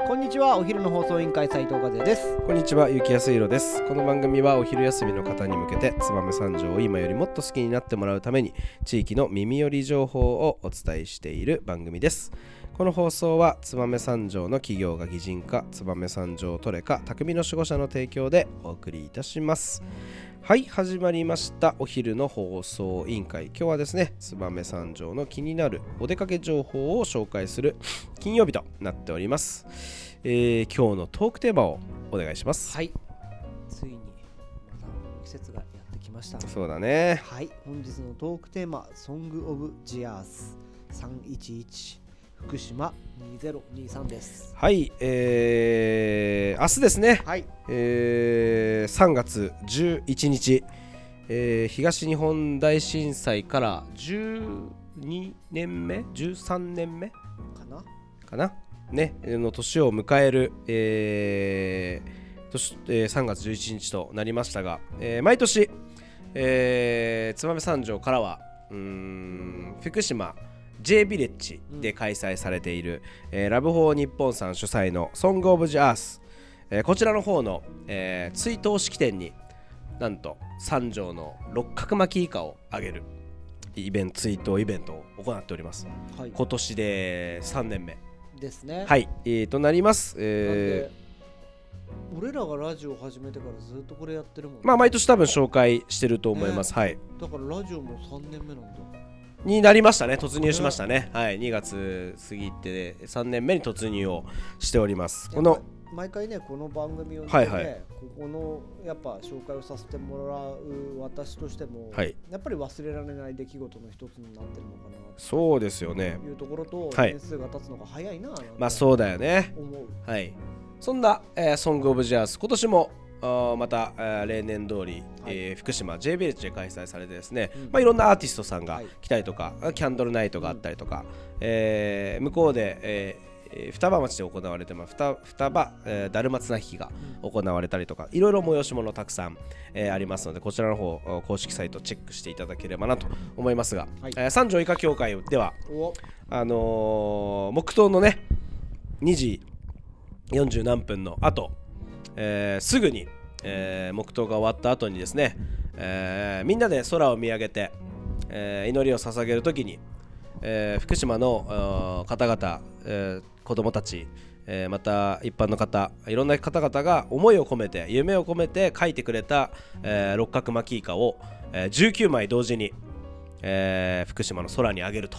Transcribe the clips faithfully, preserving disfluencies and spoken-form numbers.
こんにちは。お昼の放送委員会斉藤和也です。 こんにちは、ゆきやすいろです。この番組はお昼休みの方に向けて燕三条を今よりもっと好きになってもらうために地域の耳寄り情報をお伝えしている番組です。この放送は燕三条の企業が擬人化、燕三条トレカ匠の守護者の提供でお送りいたします。はい、始まりましたお昼の放送委員会。今日はですね、燕三条の気になるお出かけ情報を紹介する金曜日となっております。えー、今日のトークテーマをお願いします。 はい、ついにまた季節がやってきました。 そうだね。 はい、本日のトークテーマソングオブジアースさんいちいち福島にせんにじゅうさんです。 はい、えー、明日ですね、 はい、 えー、さんがつじゅういちにち、えー、東日本大震災からじゅうにねんめじゅうさんねんめかなかなねの年を迎える、えー年えー、さんがつじゅういちにちとなりましたが、えー、毎年、えー、燕三条からはうーん福島J ビレッジで開催されている、うんえー、ラブホー日本さん主催のソングオブジアース、えー、こちらの方の、えー、追悼式典になんと三条の六角巻きイカをあげるイベント追悼イベントを行っております、はい、今年でさんねんめですね。 はい、えー、となります、えー、俺らがラジオ始めてからずっとこれやってるもんね。 まあ毎年多分紹介してると思います、ね、はい。 だからラジオもさんねんめなんだになりましたね。突入しましたね、はい、にがつ過ぎてさんねんめに突入をしております。この毎回ねこの番組をね、 はいはい、 ここのやっぱ紹介をさせてもらう私としても、 はい、 やっぱり忘れられない出来事の一つになってるのかな。 そうですよね。 いうところと、 はい、 年数が経つのが早いな。 まあそうだよね。 思う。 はい。そんな、えー、ソングオブジャース今年もあまた、えー、例年通り、はいえー、福島 J ビレッジで開催されてですね、うんまあ、いろんなアーティストさんが来たりとか、はい、キャンドルナイトがあったりとか、うんえー、向こうで、えー、双葉町で行われてます双葉、えー、だるま綱引きが行われたりとか、いろいろ催し物たくさん、えー、ありますので、こちらの方公式サイトチェックしていただければなと思いますが、はいえー、三条医科協会ではあのー、黙祷のねにじよんじゅうなんぷんの後えー、すぐに、えー、黙祷が終わった後にですね、えー、みんなで空を見上げて、えー、祈りを捧げるときに、えー、福島の方々、えー、子どもたち、えー、また一般の方いろんな方々が思いを込めて夢を込めて描いてくれた、えー、六角巻きイカを、えー、じゅうきゅうまい同時に、えー、福島の空に上げると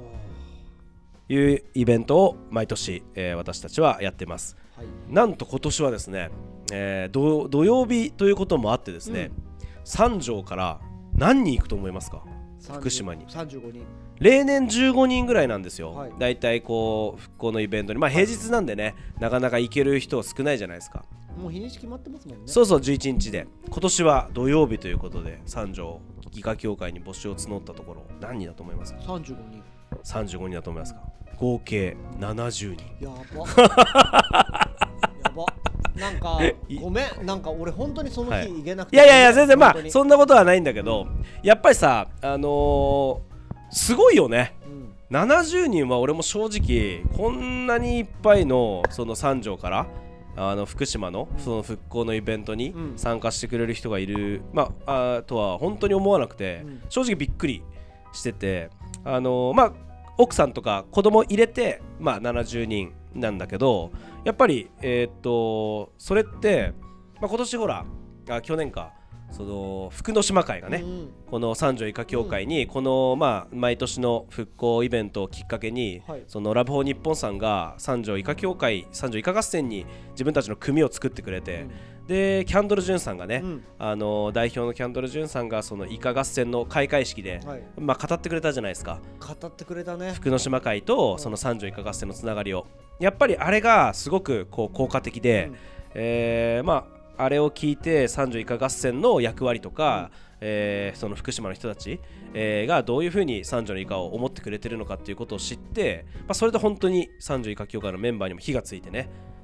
いうイベントを毎年、えー、私たちはやっています、はい、なんと今年はですね、えー、土, 土曜日ということもあってですね、うん、三条から何人行くと思いますか？福島にさんじゅうごにん。 例年じゅうごにんぐらいなんですよ、はい、だいたいこう復興のイベントに、まあ平日なんでね、はい、なかなか行ける人少ないじゃないですか。 もう日にち決まってますもんね。 そうそう、じゅういちにちで、今年は土曜日ということで三条医科協会に募集を募ったところ何人だと思いますか？ さんじゅうごにん。 さんじゅうごにんだと思いますか？合計ななじゅうにん。 やばやば。なんかごめん、なんか俺本当にその日行けなくて、 はい、いやいやいや全然まあそんなことはないんだけど、やっぱりさあのー、すごいよね、うん、ななじゅうにんは俺も正直こんなにいっぱいのその三条からあの福島のその復興のイベントに参加してくれる人がいる、うん、まあ、あとは本当に思わなくて、うん、正直びっくりしてて、あのー、まあ奥さんとか子供入れて、まあ、ななじゅうにんなんだけど、やっぱり、えー、っとそれって、まあ、今年ほらあ去年かその福之島会がね、うん、この三条医科協会に、うん、この、まあ、毎年の復興イベントをきっかけに、はい、そのラブホー日本さんが三条医科協会三条医科合戦に自分たちの組を作ってくれて、うん、でキャンドルジュンさんがね、うん、あの代表のキャンドルジュンさんがその医科合戦の開会式で、はい、まあ、語ってくれたじゃないですか。 語ってくれたね。 福之島会とその三条医科合戦のつながりを、やっぱりあれがすごくこう効果的で、うん、えー、まああれを聞いて三条医科合戦の役割とか、うん、えー、その福島の人たち、えー、がどういうふうに三条の医科を思ってくれてるのかっていうことを知って、まあ、それで本当に三条医科協会のメンバーにも火がついてね、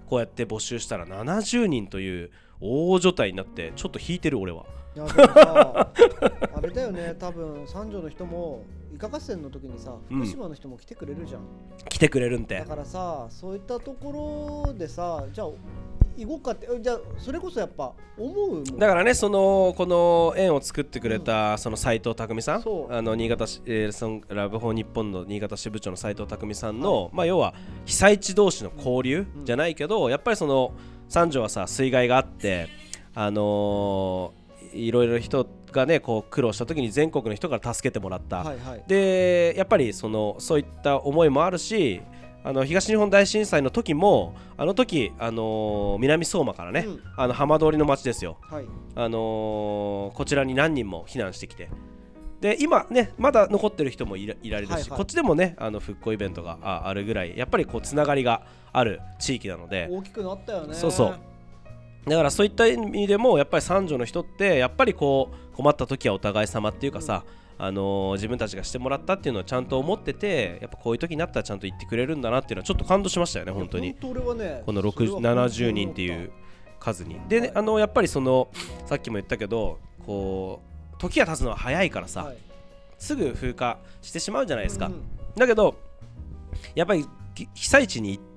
こうやって募集したらななじゅうにんという大所帯になってちょっと引いてる俺は。 いやでもさあれだよね、多分三条の人もイカ合戦の時にさ、福島の人も来てくれるじゃん、 来てくれるんて。 だからさ、そういったところでさ、じゃあ行こうかって、じゃあそれこそやっぱ思うもん。 だからね、そのこの縁を作ってくれた、うん、その斉藤匠さん、あの新潟市、えー、そのラブホー日本の新潟支部長の斉藤匠さんの、はい、まあ要は被災地同士の交流じゃないけど、うん、やっぱりその三条はさ水害があって、あのーいろいろ人がねこう苦労した時に全国の人から助けてもらった、はいはい、でやっぱりそのそういった思いもあるし、あの東日本大震災の時もあの時、あのー、南相馬からね、うん、あの浜通りの町ですよ、はい、あのー、こちらに何人も避難してきて、で今ねまだ残ってる人もい ら, いられるし、はいはい、こっちでもねあの復興イベントが あ, あるぐらいやっぱりこうつながりがある地域なので、 大きくなったよね。 そうそう、だからそういった意味でもやっぱり三条の人ってやっぱりこう困った時はお互い様っていうかさ、うん、あのー、自分たちがしてもらったっていうのをちゃんと思ってて、やっぱこういう時になったらちゃんと言ってくれるんだなっていうのはちょっと感動しましたよね本当に。 本当俺はね、 このろくななじゅうにんっていう数にで、ね、あのやっぱりそのさっきも言ったけどこう時が経つのは早いからさ、はい、すぐ風化してしまうじゃないですか、うん、だけどやっぱり被災地に行って、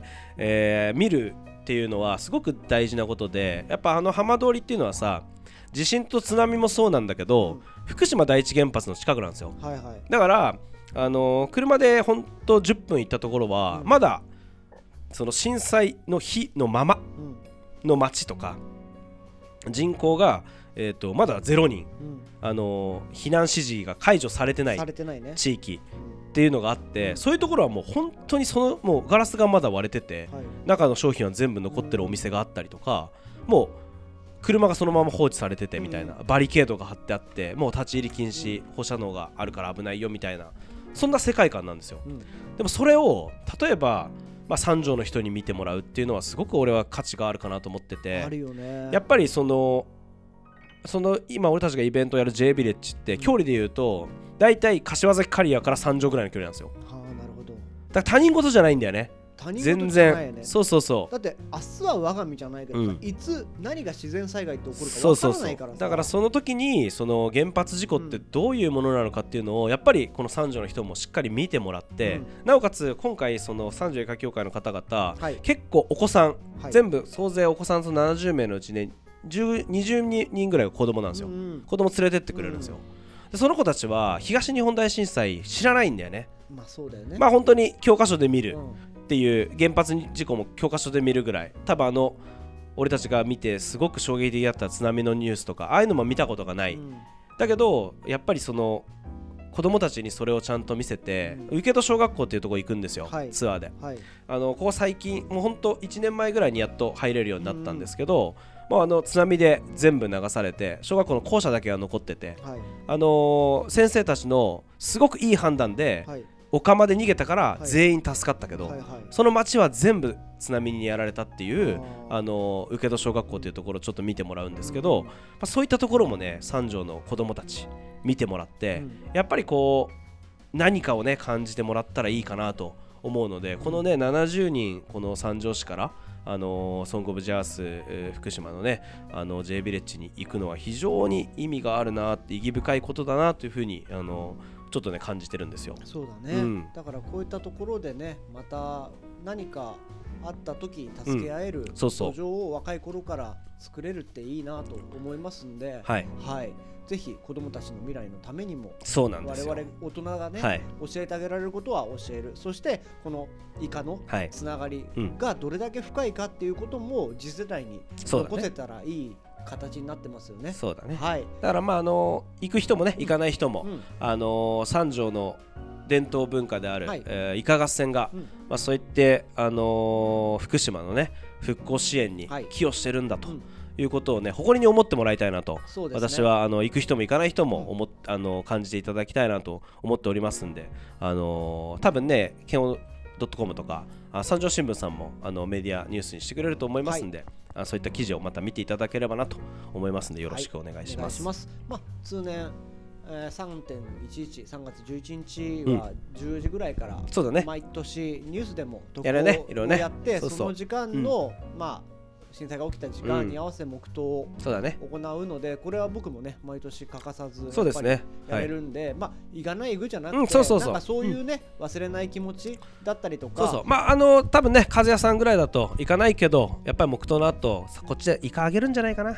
えー、見るっていうのはすごく大事なことで、やっぱあの浜通りっていうのはさ、地震と津波もそうなんだけど、うん、福島第一原発の近くなんですよ、はいはい、だからあのー、車でほんとじゅっぷん行ったところは、うん、まだその震災の日のままの町とか、うん、人口が、えーと、まだゼロにん、うん、あのー、避難指示が解除されてない地域っていうのがあって、そういうところはもう本当にそのもうガラスがまだ割れてて、はい、中の商品は全部残ってるお店があったりとか、もう車がそのまま放置されててみたいな、バリケードが張ってあってもう立ち入り禁止、放射能があるから危ないよみたいな、そんな世界観なんですよ、うん、でもそれを例えば、まあ、三条の人に見てもらうっていうのはすごく俺は価値があるかなと思ってて、 あるよね。 やっぱりそのその今俺たちがイベントやる J ヴィレッジって距離で言うとだいたい柏崎刈谷から三条ぐらいの距離なんですよ。 はあ、なるほど。 だから他人事じゃないんだよね。 他人事じゃないよね。 全然そうそうそう。 だって明日は我が身じゃないけど、うん、いつ何が自然災害って起こるか分からないからさ。そうそうそう。だからその時にその原発事故ってどういうものなのかっていうのをやっぱりこの三条の人もしっかり見てもらって、うん、なおかつ今回その三条医科協会の方々、はい、結構お子さん、はい、全部総勢お子さんとななじゅうめいのうちねにじゅうににんぐらいが子供なんですよ、うん、子供連れてってくれるんですよ、うん、でその子たちは東日本大震災知らないんだよね。 まあそうだよね。 まあ本当に教科書で見るっていう、原発事故も教科書で見るぐらい、多分あの俺たちが見てすごく衝撃的だった津波のニュースとかああいうのも見たことがない、うん、だけどやっぱりその子供たちにそれをちゃんと見せて、うん、請戸小学校っていうところ行くんですよ、はい、ツアーで、はい、あのここ最近もう本当いちねんまえぐらいにやっと入れるようになったんですけど、うんまあ、あの津波で全部流されて小学校の校舎だけが残ってて、はいあのー、先生たちのすごくいい判断で、はい、丘まで逃げたから全員助かったけど、はいはいはい、その町は全部津波にやられたっていう、あのー、請戸小学校というところをちょっと見てもらうんですけど、うんまあ、そういったところもね三条の子どもたち見てもらって、うん、やっぱりこう何かをね感じてもらったらいいかなと思うので、このねななじゅうにんこの三条市からあのー、ソングオブジャース、えー、福島のねあの J ヴィレッジに行くのは非常に意味があるなって意義深いことだなというふうにあのー、ちょっとね感じてるんですよ。 そうだね、うん、だからこういったところでねまた何かあった時助け合える土壌を若い頃から作れるっていいなと思いますんで、はい、はい、ぜひ子どもたちの未来のためにもそうなんですよ我々大人がね、はい、教えてあげられることは教える、そしてこのイカのつながりがどれだけ深いかっていうことも次世代に残せたらいい形になってますよね。 そうだね、 はい、 だからまああの行く人もね行かない人も、うん、あの三条の伝統文化である、はいえー、イカ合戦が、うんまあ、そういって、あのー、福島のね復興支援に寄与してるんだと、はいうんいうことをね誇りに思ってもらいたいなと、ね、私はあの行く人も行かない人も思っ、うん、あの感じていただきたいなと思っておりますんで、あのー、多分ねケンオ .com とかあ三条新聞さんもあのメディアニュースにしてくれると思いますんで、はい、あそういった記事をまた見ていただければなと思いますのでよろしくお願いします。 はい、お願いします。まあ、通年、ええー、さんてんいちいち さんがつじゅういちにちはじゅうじぐらいから、 そうだね、 毎年ニュースでも特やるね、いろいろね報をやって、 そうそうその時間の、うん、まあ震災が起きた時間に合わせ黙祷を行うので、これは僕もね毎年欠かさずそうですねやれるんで、まあいがない具じゃなくて、 うん、そうそうそう、 なんかそういうね、うん、忘れない気持ちだったりとか、 そうそう、まああの多分ね和也さんぐらいだと行かないけど、やっぱり黙祷の後こっちでイカあげるんじゃないかな。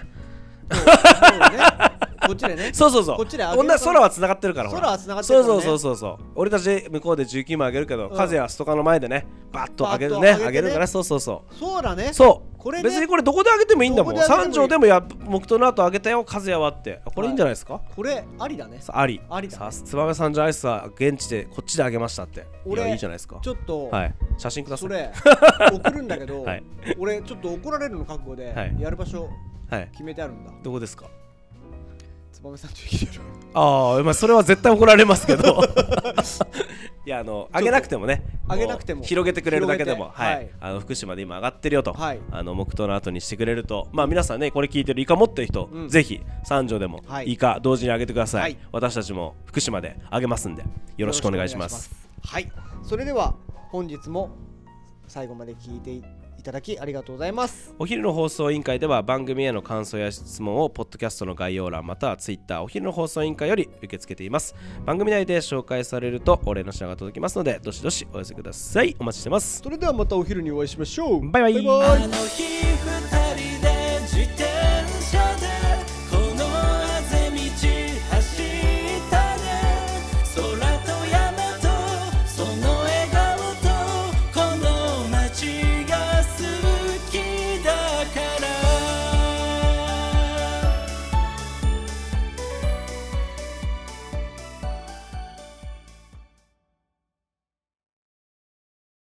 こっちでね、 そうそうそう、 こっちで空はつながってるから、 空はつながってるからね、 そうそうそうそう、俺たち向こうでじゅうきゅうまんあげるけど、和也はストカの前でねバッとあげるね、あげるから、そうそうそう、 そうだね、 そうこれね、 別にこれどこであげてもいいんだもん。三条でもや黙祷の後あげたよ和也はって、これいいんじゃないですか。 これありだね、 あり、 ありだ。 燕三条アイスは現地でこっちであげましたって、いやいいじゃないですか。 ちょっと写真ください。 それ送るんだけど、俺ちょっと怒られるの覚悟でやる場所決めてあるんだ。 どこですか。 燕三条入れる。 ああ、まあそれは絶対怒られますけどいや、あのあげなくてもね、 あげなくても広げてくれるだけでも、はい、あの福島で今上がってるよと、はい、あの黙祷の後にしてくれると、まあ皆さんねこれ聞いてるイカ持ってる人、うん、ぜひ三条でもイカ同時にあげてください、はい、私たちも福島であげますんでよろしくお願いします。 はい、それでは本日も最後まで聞いていいただきありがとうございます。 お昼の放送委員会では番組への感想や質問をポッドキャストの概要欄またはツイッターお昼の放送委員会より受け付けています。番組内で紹介されるとお礼の品が届きますのでどしどしお寄せください。お待ちしてます。 それではまたお昼にお会いしましょう。 バイバイ。 バイバイ。